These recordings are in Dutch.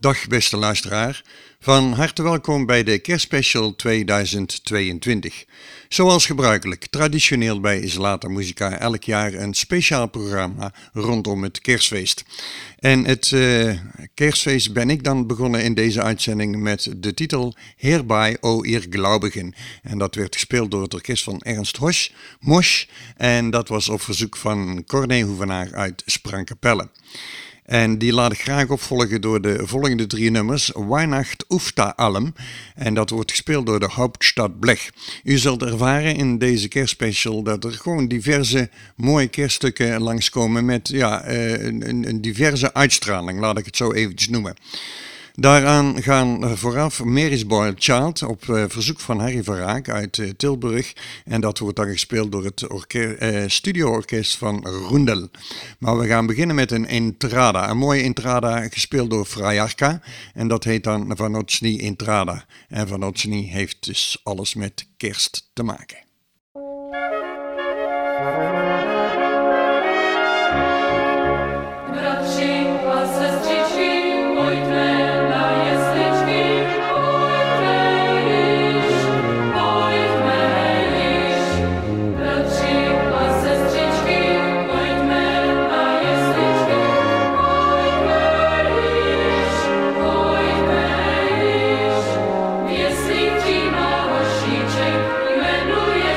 Dag beste luisteraar, van harte welkom bij de Kerstspecial 2022. Zoals gebruikelijk, traditioneel bij Isolata Musica elk jaar een speciaal programma rondom het kerstfeest. En het kerstfeest ben ik dan begonnen in deze uitzending met de titel Herbei, o ihr Glaubigen. En dat werd gespeeld door het orkest van Ernst Mosch en dat was op verzoek van Corné Hoevenaar uit Sprangkapelle. En die laat ik graag opvolgen door de volgende 3 nummers. Weihnacht Ufta Allem. En dat wordt gespeeld door de Hauptstadt Blech. U zult ervaren in deze kerstspecial dat er gewoon diverse mooie kerststukken langskomen met een diverse uitstraling, laat ik het zo eventjes noemen. Daaraan gaan vooraf Mary's Boy Child op verzoek van Harry Verraak uit Tilburg. En dat wordt dan gespeeld door het studioorkest van Roendel. Maar we gaan beginnen met een entrada. Een mooie entrada gespeeld door Frajarka. En dat heet dan Vanocni Entrada. En Vanocni heeft dus alles met kerst te maken. Hallelujah.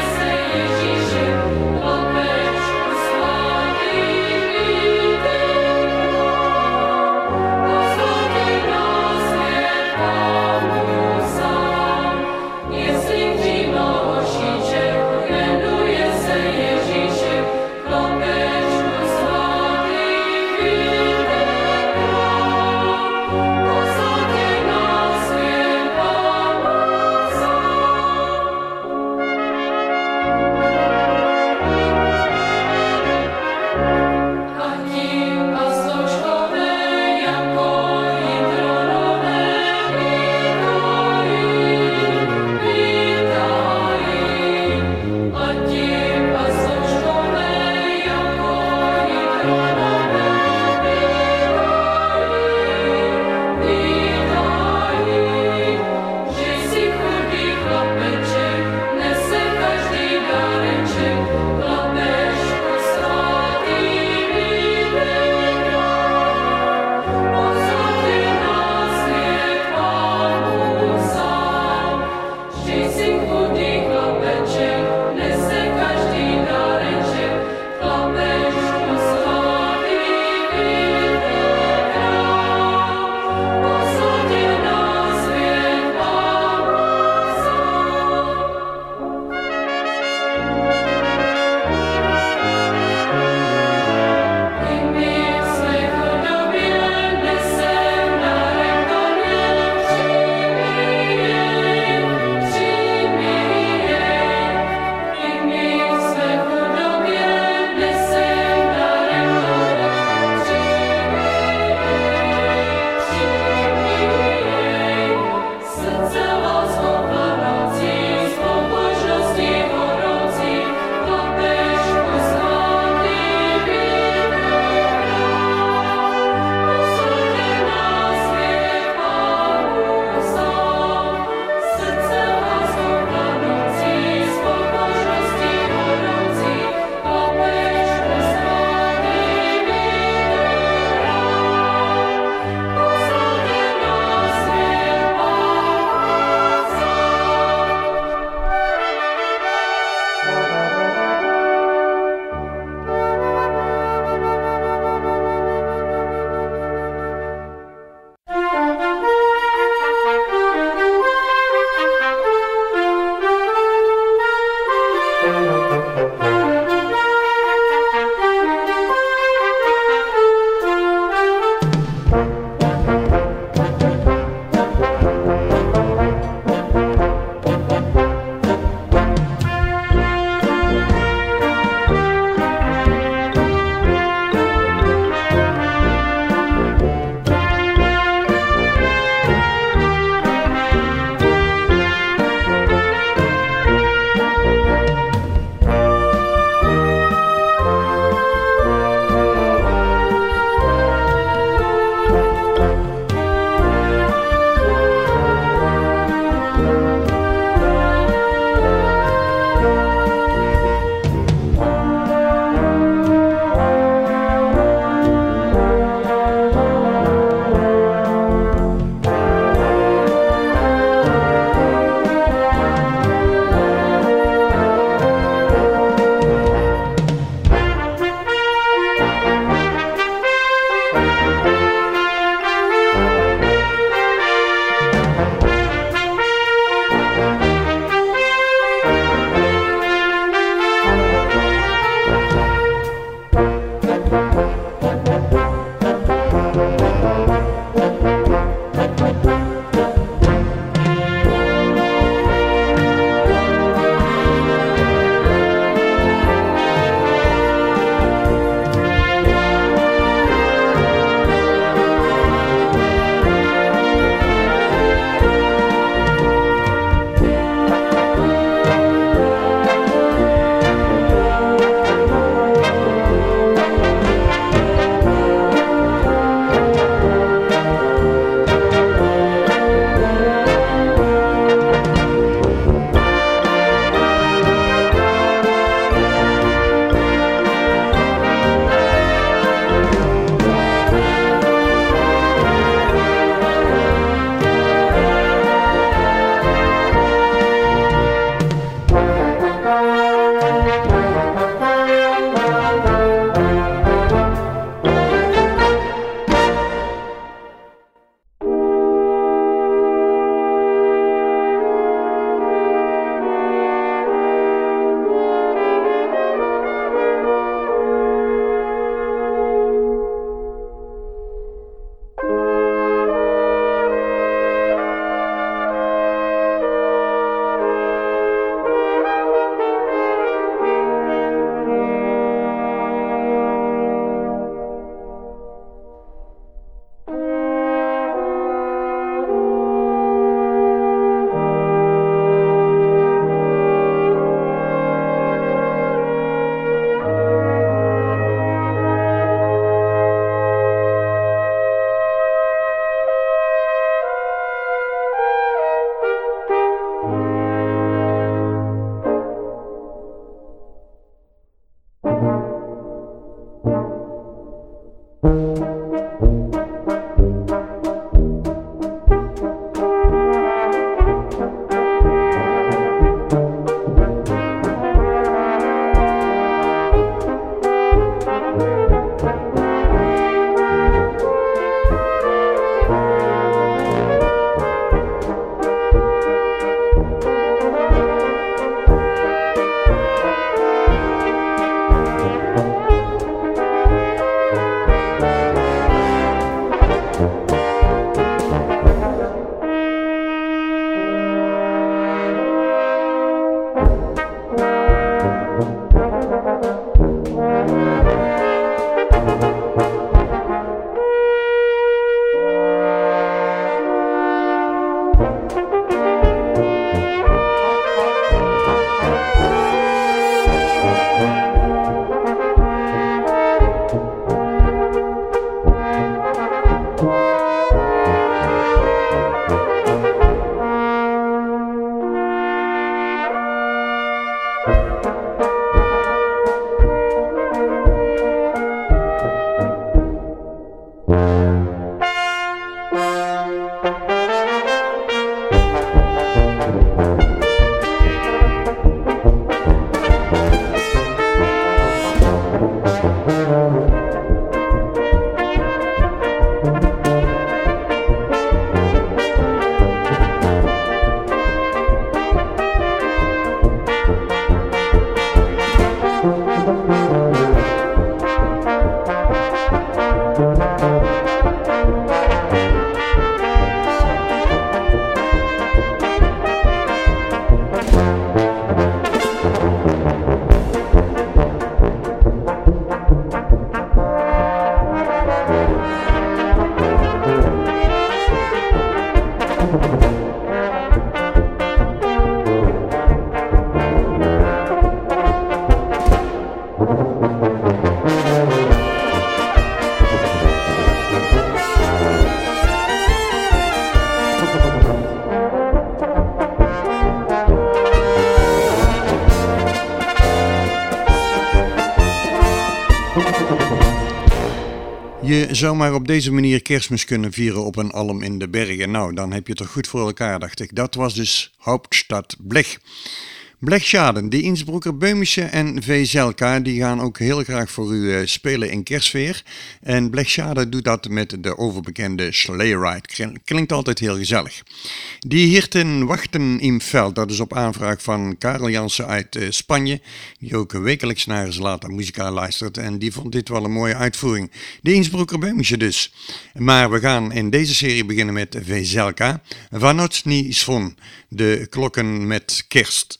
Je zou maar op deze manier Kerstmis kunnen vieren op een alm in de bergen. Nou, dan heb je het toch goed voor elkaar, dacht ik. Dat was dus Hauptstadt Blech. Blechschaden, die Innsbrucker Böhmische en VZLK, die gaan ook heel graag voor u spelen in kerstsfeer. En Blechschaden doet dat met de overbekende Sleigh Ride. Klinkt altijd heel gezellig. Die Hirten wachten im veld, dat is op aanvraag van Karel Jansen uit Spanje, die ook wekelijks naar Zlata Muzika luistert. En die vond dit wel een mooie uitvoering. De Innsbrucker Böhmische dus. Maar we gaan in deze serie beginnen met VZLK. Vanocni Svon, de klokken met kerst.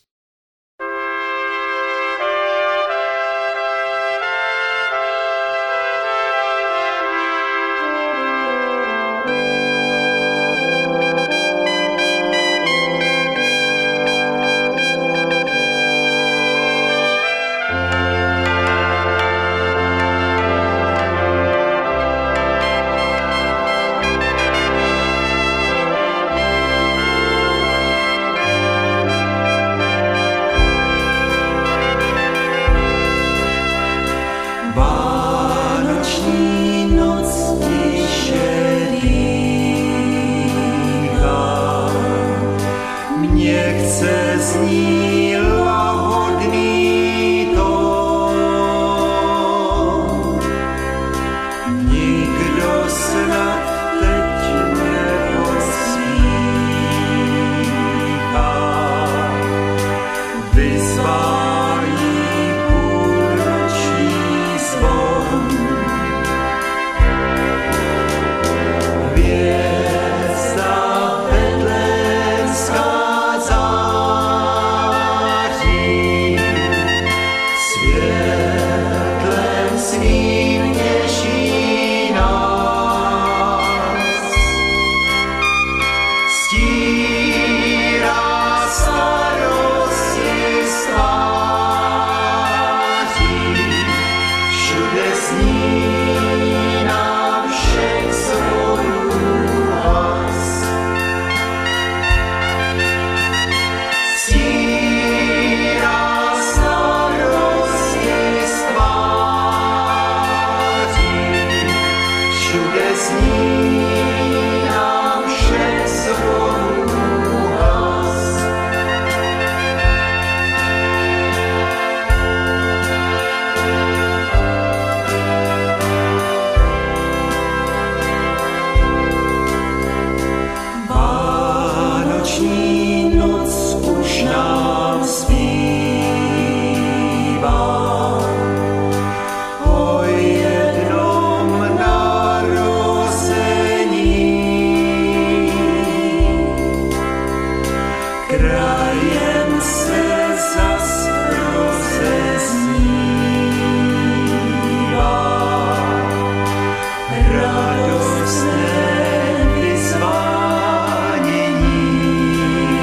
Radostné vyzvánění.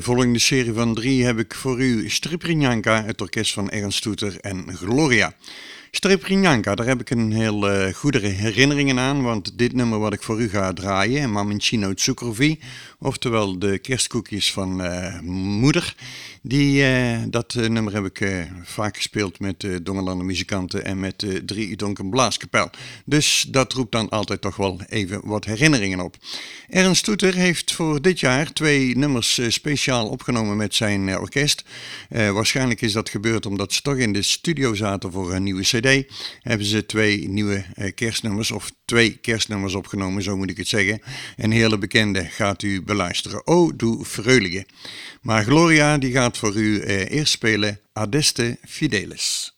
volgende serie van 3 heb ik voor u Striprynjanka, het orkest van Ernst Stoeter en Gloria. Striprynjanka, daar heb ik een heel goede herinneringen aan, want dit nummer wat ik voor u ga draaien, Mamenchino Cukrovi, oftewel de kerstkoekjes van moeder, dat nummer heb ik vaak gespeeld met Dongerlander muzikanten en met de 3 Donken Blaaskapel. Dus dat roept dan altijd toch wel even wat herinneringen op. Ernst Stoeter heeft voor dit jaar 2 nummers speciaal opgenomen met zijn orkest. Waarschijnlijk is dat gebeurd omdat ze toch in de studio zaten voor een nieuwe cd. Hebben ze 2 nieuwe kerstnummers, of 2 kerstnummers opgenomen, zo moet ik het zeggen. Een hele bekende gaat u beluisteren. O, du Freulige. Maar Gloria die gaat voor u eerst spelen Adeste Fideles.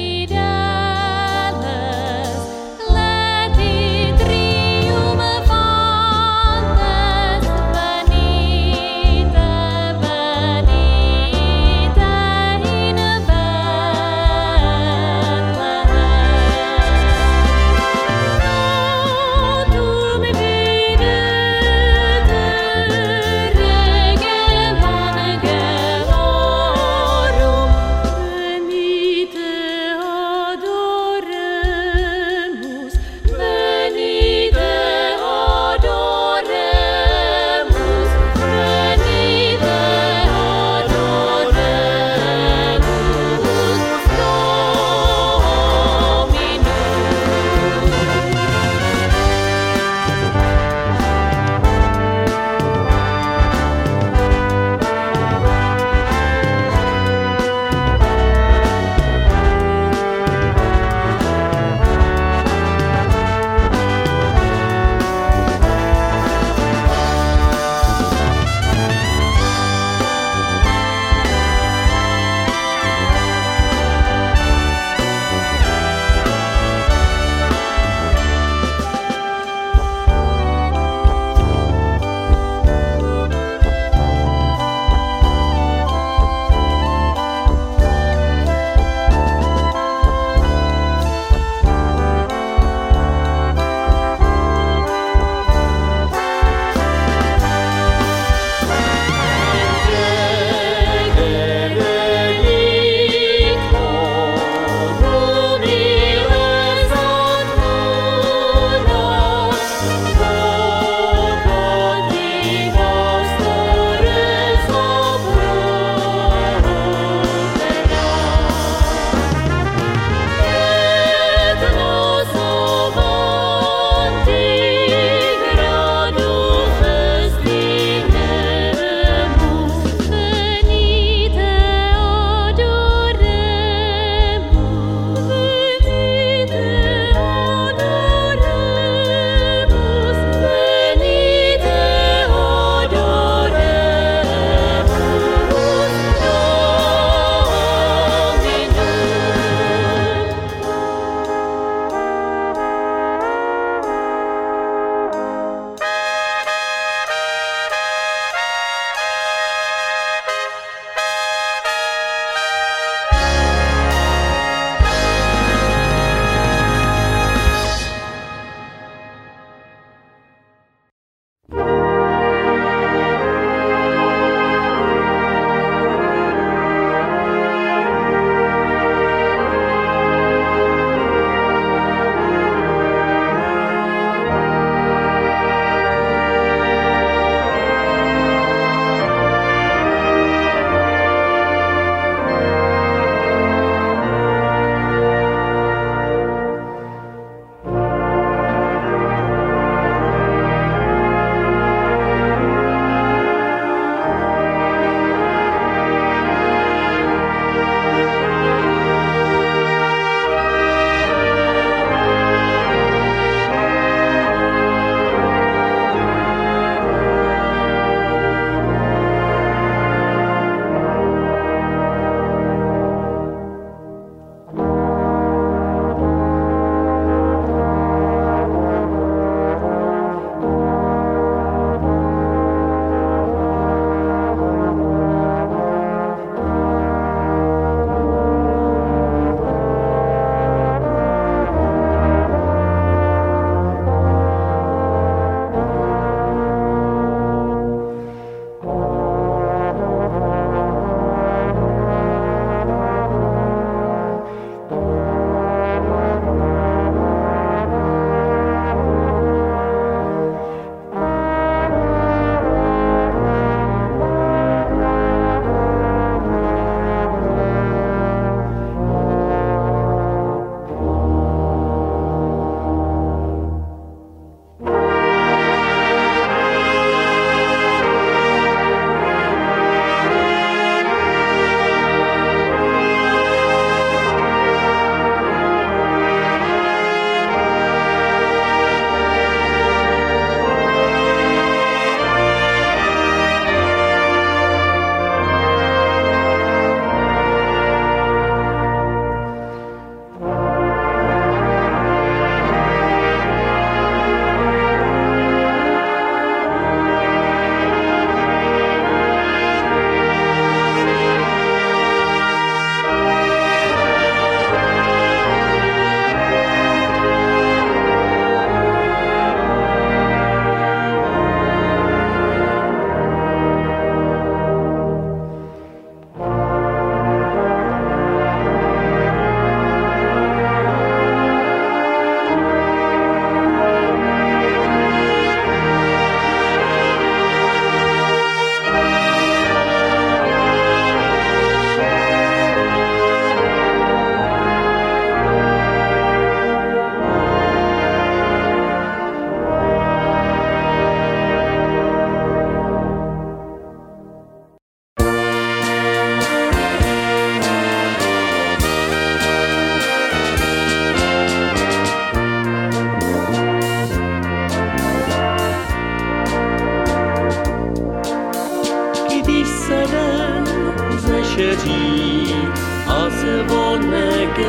Let it triumph.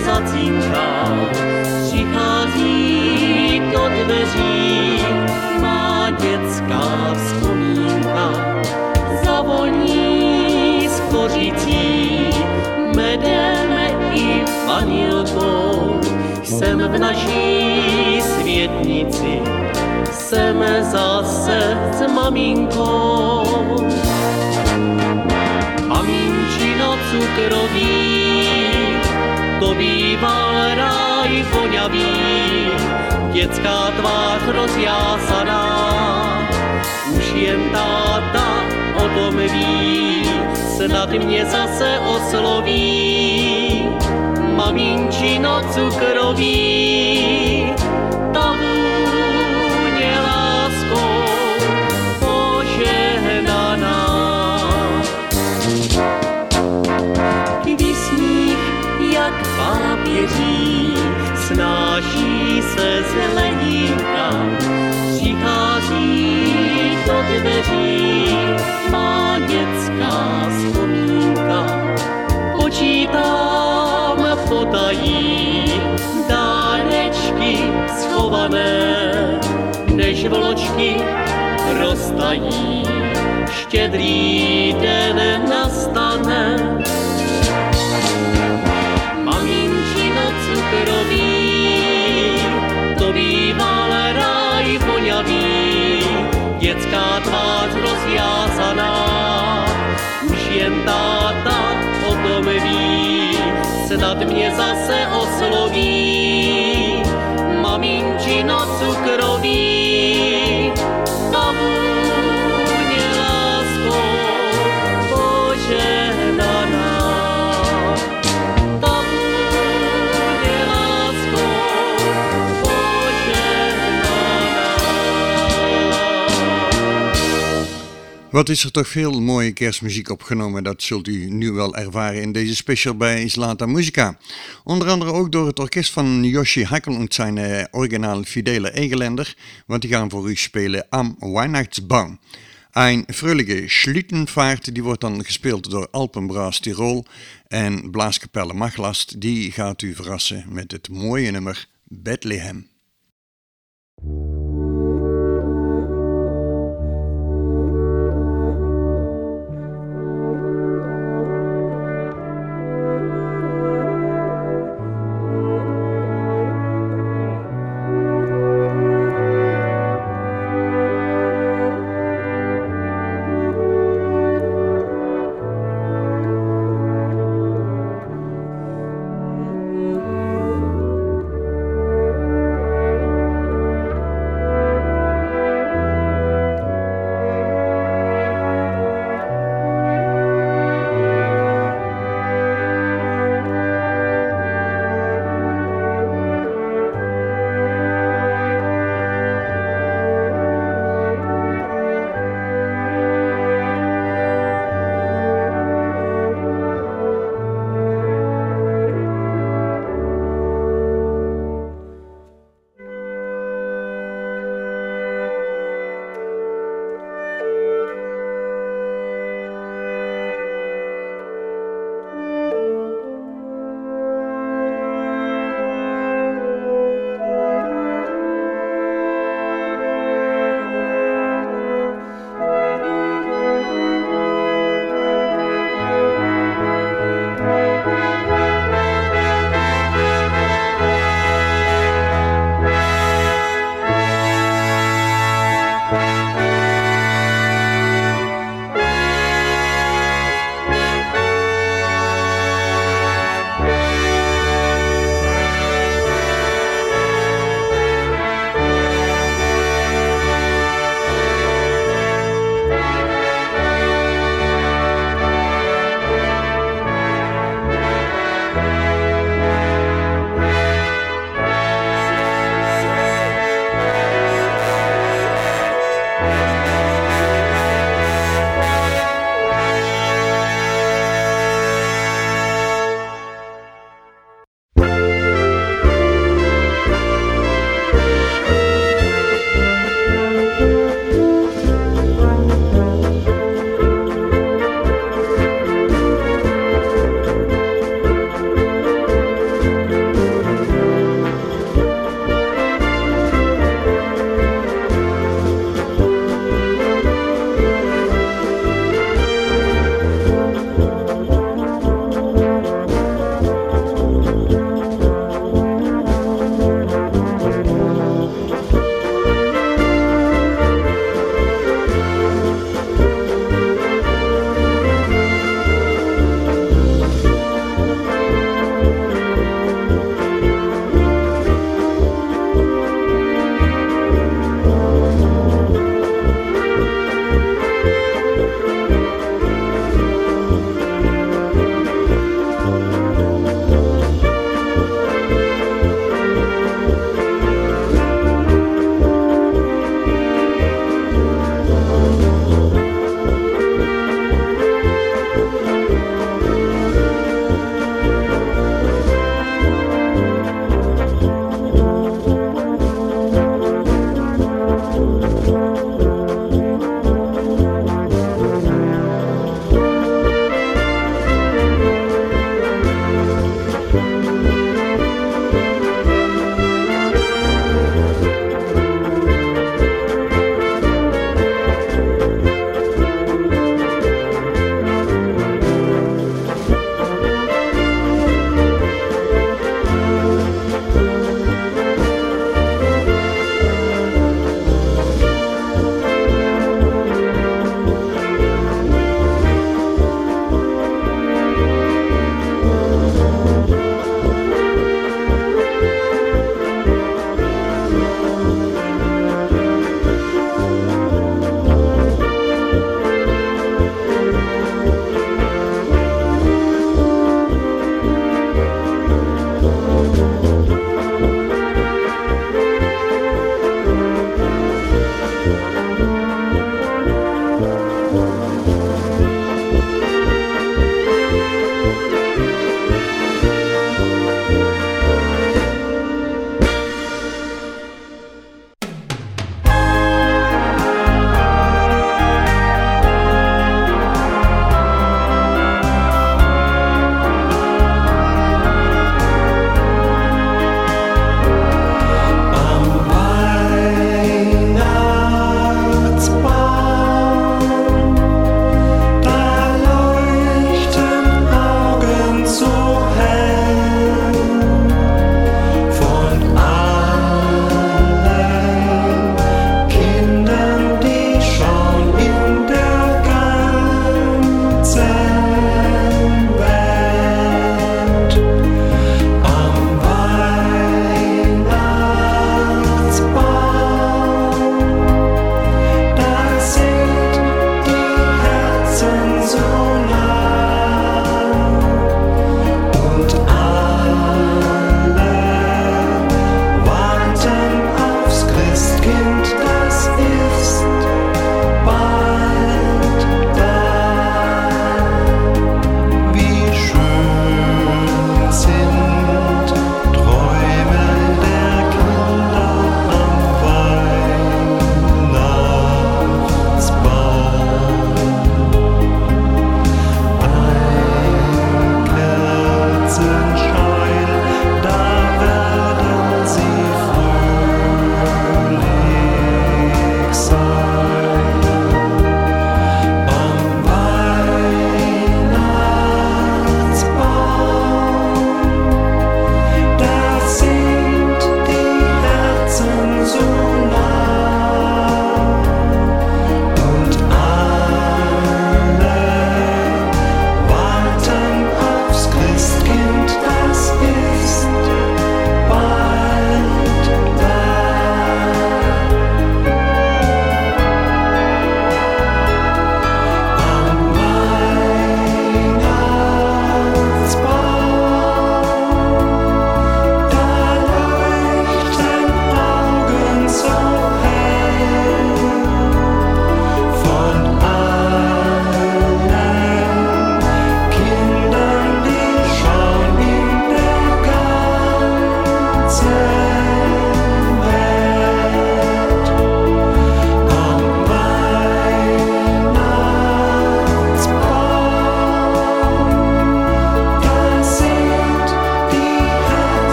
zacinká, přichází do dveří, má dětská vzpomínka, zavoní z kořicí, medem i vanilkou. Jsem v naší světnici, jsem zase s maminkou. Maminčino cukrový, to býval ráj voňavý, dětská tvář rozjásaná, už jen táta o tom ví, snad mě zase osloví. Maminčino cukrový, ta vůně láskou požehnaná. Kvisních jak pápěří, snáší se z ledínka, přichází do dveří, má dětská vzpomínka, počítám potají dárečky schované, než vločky roztají, štědrý den nastane. Maminčino cukrový, to býval ráj voňavý, dětská tvář rozjásaná, už jen táta o tom ví, snad mě zase osloví. Maminčino cukrový, ta vůně láskou požehnaná. Ta vůně láskou požehnaná. Wat is er toch veel mooie kerstmuziek opgenomen, dat zult u nu wel ervaren in deze special bij Islata Musica. Onder andere ook door het orkest van Yoshi Hackel en zijn original Fidele Egeländer, want die gaan voor u spelen Am Weihnachtsbaum. Een fröhliche Schlittenvaart, die wordt dan gespeeld door Alpenbraas Tirol en Blaaskapelle Machlast, die gaat u verrassen met het mooie nummer Bethlehem.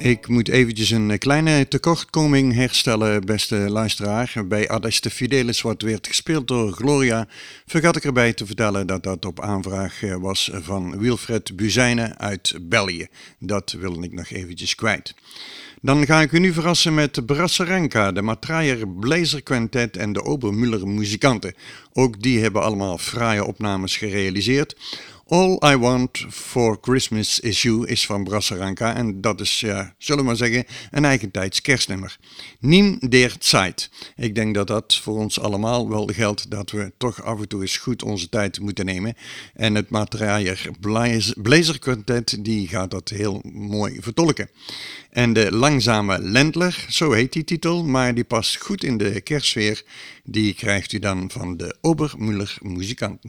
Ik moet eventjes een kleine tekortkoming herstellen, beste luisteraar. Bij Adeste Fidelis, wat werd gespeeld door Gloria, vergat ik erbij te vertellen dat dat op aanvraag was van Wilfred Buzijnen uit België. Dat wilde ik nog eventjes kwijt. Dan ga ik u nu verrassen met Brasserenka, de Matrayer Blazer Quintet en de Obermüller muzikanten. Ook die hebben allemaal fraaie opnames gerealiseerd. All I Want for Christmas Is You is van Brasserenka en dat is, zullen we maar zeggen, een eigentijds kerstnummer. Nimm der Zeit. Ik denk dat dat voor ons allemaal wel geldt dat we toch af en toe eens goed onze tijd moeten nemen. En het Matrayer Blazer Quintet die gaat dat heel mooi vertolken. En de Langzame Ländler, zo heet die titel, maar die past goed in de kerstsfeer. Die krijgt u dan van de Obermüller muzikanten.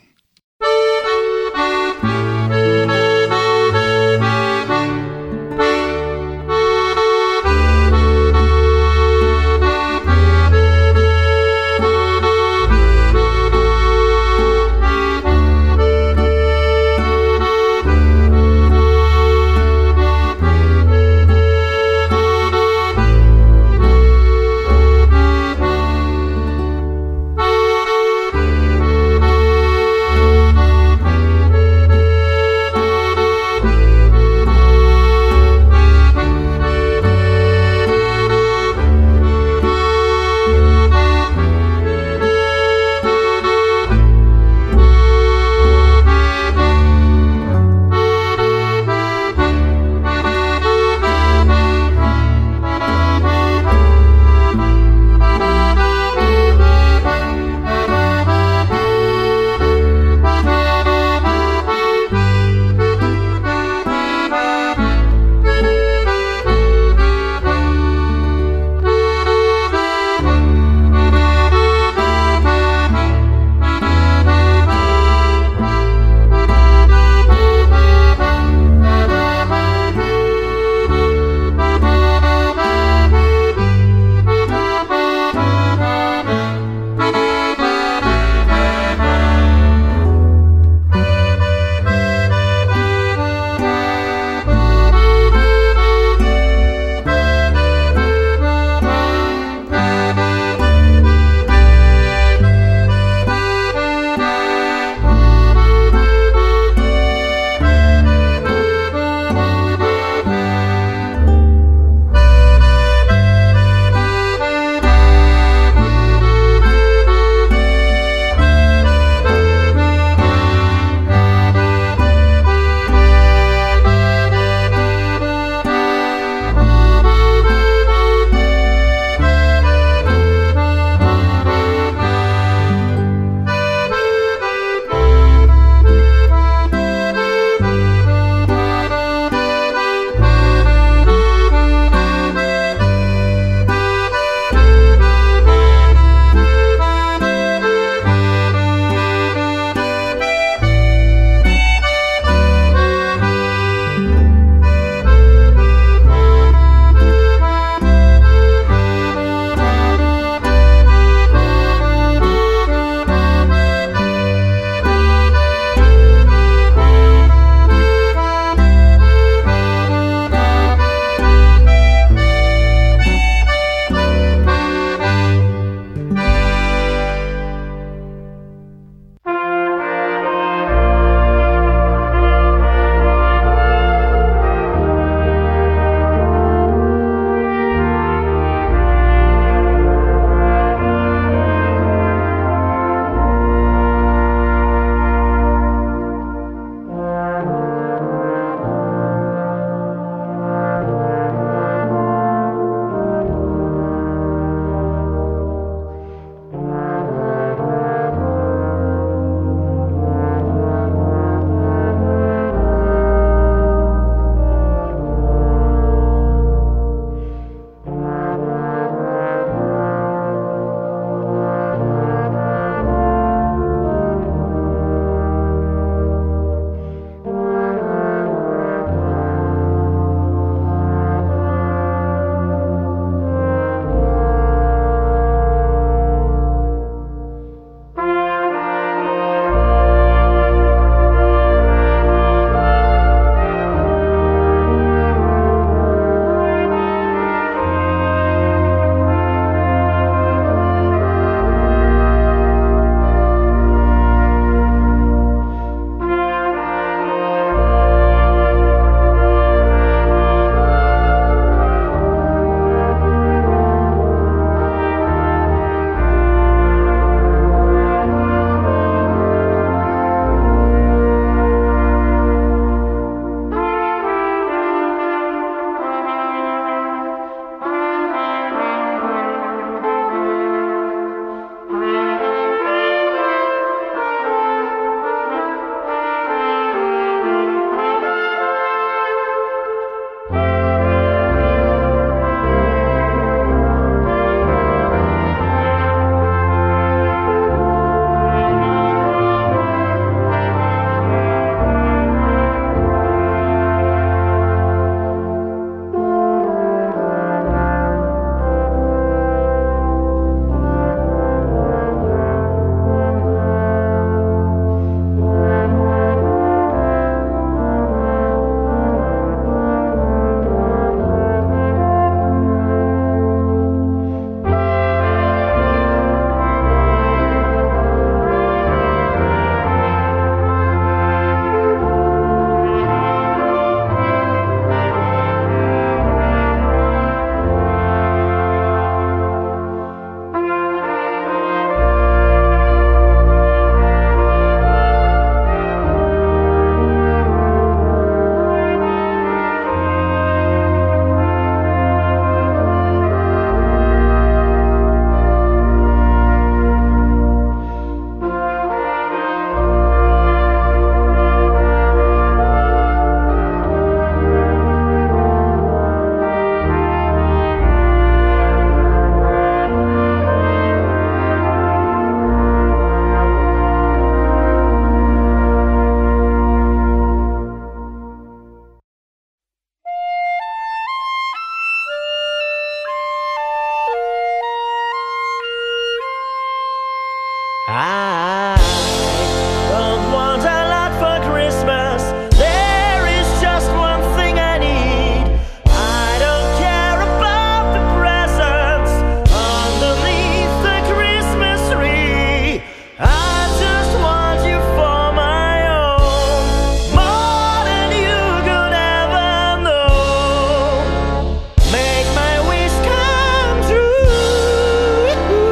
I don't want a lot for Christmas. There is just one thing I need. I don't care about the presents underneath the Christmas tree. I just want you for my own, more than you could ever know. Make my wish come true.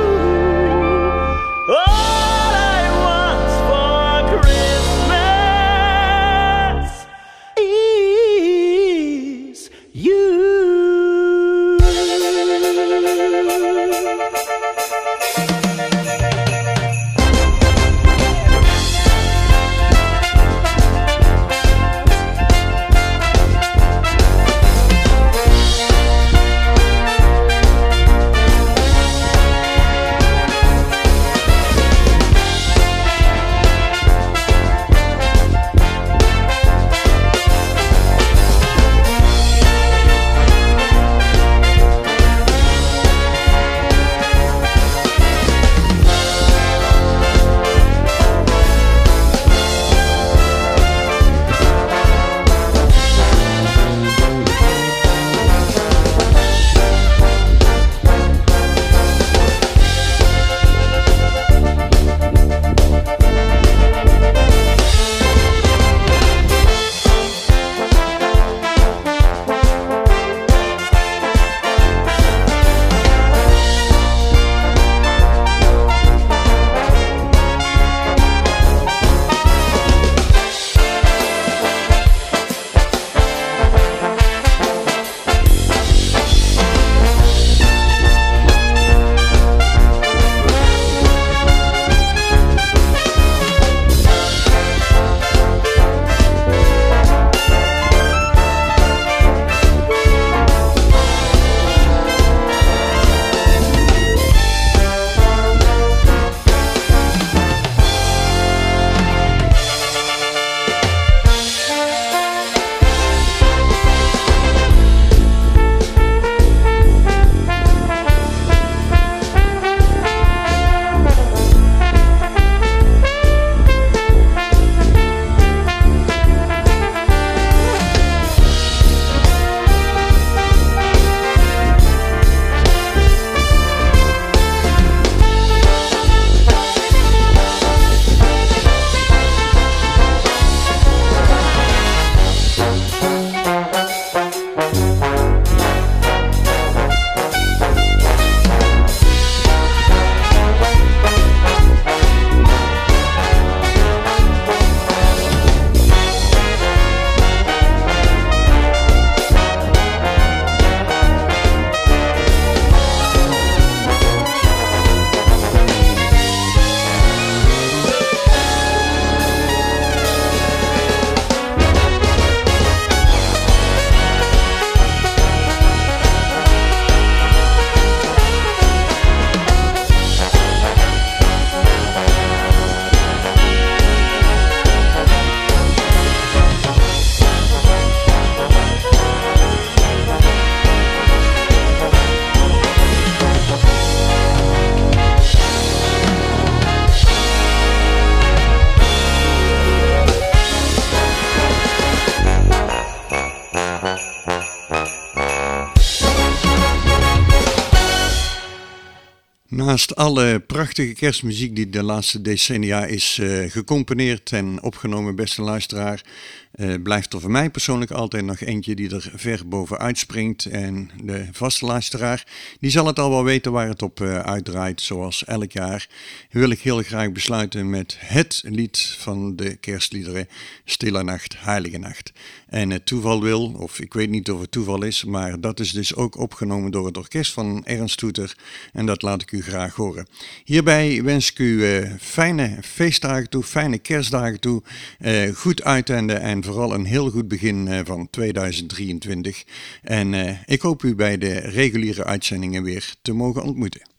All I want for Christmas is you. Naast alle prachtige kerstmuziek die de laatste decennia is gecomponeerd en opgenomen, beste luisteraar, blijft er voor mij persoonlijk altijd nog eentje die er ver bovenuit springt. En de vaste luisteraar, die zal het al wel weten waar het op uitdraait. Zoals elk jaar wil ik heel graag besluiten met het lied van de kerstliederen, Stille Nacht, Heilige Nacht. En het toeval wil, of ik weet niet of het toeval is, maar dat is dus ook opgenomen door het orkest van Ernst Toeter. En dat laat ik u graag horen. Hierbij wens ik u fijne feestdagen toe, fijne kerstdagen toe, goed uiteinde en vooral een heel goed begin van 2023. En ik hoop u bij de reguliere uitzendingen weer te mogen ontmoeten.